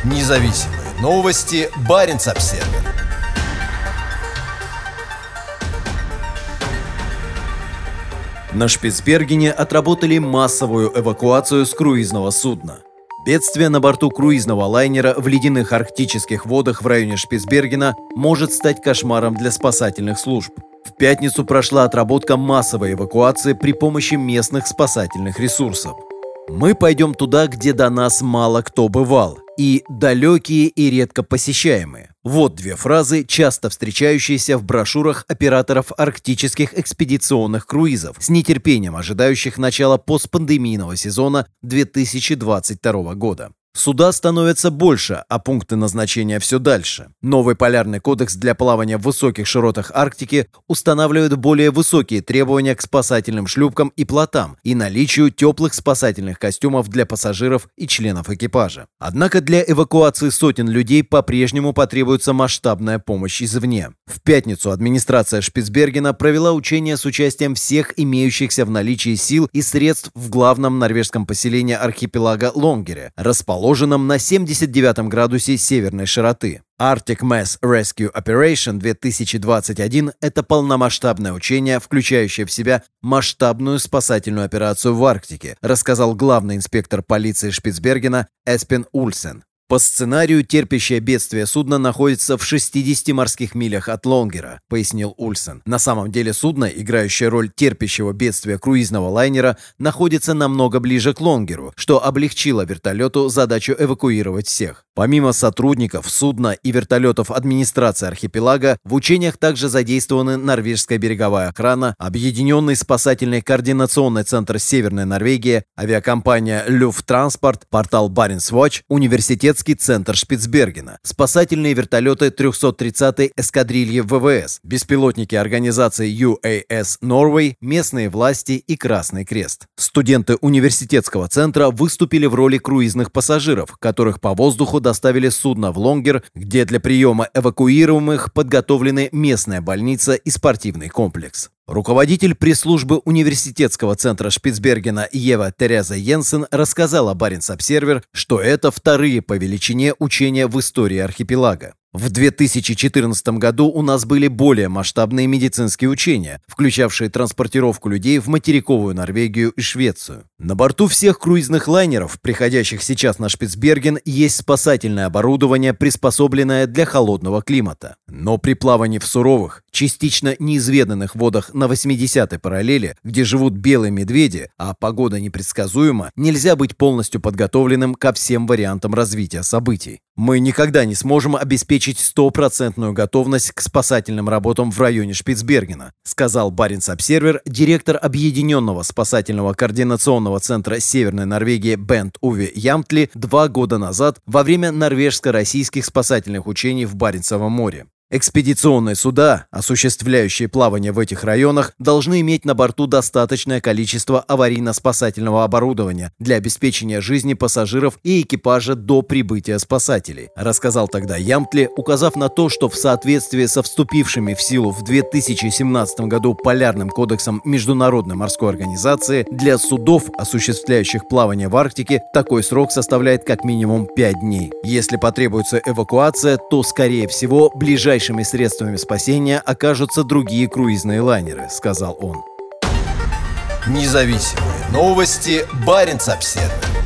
Независимые новости. Баренц-Обсервер. На Шпицбергене отработали массовую эвакуацию с круизного судна. Бедствие на борту круизного лайнера в ледяных арктических водах в районе Шпицбергена может стать кошмаром для спасательных служб. В пятницу прошла отработка массовой эвакуации при помощи местных спасательных ресурсов. «Мы пойдем туда, где до нас мало кто бывал, и далекие и редко посещаемые». Вот две фразы, часто встречающиеся в брошюрах операторов арктических экспедиционных круизов, с нетерпением ожидающих начала постпандемийного сезона 2022 года. Суда становятся больше, а пункты назначения все дальше. Новый полярный кодекс для плавания в высоких широтах Арктики устанавливает более высокие требования к спасательным шлюпкам и плотам и наличию теплых спасательных костюмов для пассажиров и членов экипажа. Однако для эвакуации сотен людей по-прежнему потребуется масштабная помощь извне. В пятницу администрация Шпицбергена провела учения с участием всех имеющихся в наличии сил и средств в главном норвежском поселении архипелага Лонгере, расположенном на 79 градусе северной широты. Arctic Mass Rescue Operation 2021 – это полномасштабное учение, включающее в себя масштабную спасательную операцию в Арктике, рассказал главный инспектор полиции Шпицбергена Эспен Ульсен. По сценарию, терпящее бедствие судно находится в 60 морских милях от Лонгера, пояснил Ульсен. На самом деле судно, играющее роль терпящего бедствия круизного лайнера, находится намного ближе к Лонгеру, что облегчило вертолету задачу эвакуировать всех. Помимо сотрудников судна и вертолетов администрации архипелага, в учениях также задействованы норвежская береговая охрана, Объединенный спасательный координационный центр Северной Норвегии, авиакомпания Люфттранспорт, портал Баренц-Watch, университетский центр Шпицбергена, спасательные вертолеты 330-й эскадрильи ВВС, беспилотники организации UAS Norway, местные власти и Красный Крест. Студенты университетского центра выступили в роли круизных пассажиров, которых по воздуху доставили судно в Лонгер, где для приема эвакуируемых подготовлены местная больница и спортивный комплекс. Руководитель пресс-службы университетского центра Шпицбергена Ева Тереза Йенсен рассказала Баренц-Обсервер, что это вторые по величине учения в истории архипелага. В 2014 году у нас были более масштабные медицинские учения, включавшие транспортировку людей в материковую Норвегию и Швецию. На борту всех круизных лайнеров, приходящих сейчас на Шпицберген, есть спасательное оборудование, приспособленное для холодного климата. Но при плавании в суровых, частично неизведанных водах на 80-й параллели, где живут белые медведи, а погода непредсказуема, нельзя быть полностью подготовленным ко всем вариантам развития событий. Мы никогда не сможем обеспечить стопроцентную готовность к спасательным работам в районе Шпицбергена, сказал Баренц-Обсервер директор Объединенного спасательного координационного центра Северной Норвегии Бент Уве Ямтли 2 года назад во время норвежско-российских спасательных учений в Баренцевом море. Экспедиционные суда, осуществляющие плавание в этих районах, должны иметь на борту достаточное количество аварийно-спасательного оборудования для обеспечения жизни пассажиров и экипажа до прибытия спасателей, рассказал тогда Ямтли, указав на то, что в соответствии со вступившими в силу в 2017 году Полярным кодексом Международной морской организации для судов, осуществляющих плавание в Арктике, такой срок составляет как минимум 5 дней. Если потребуется эвакуация, то, скорее всего, ближайшими средствами спасения окажутся другие круизные лайнеры, сказал он. Независимые новости. Баренц-Обсервер.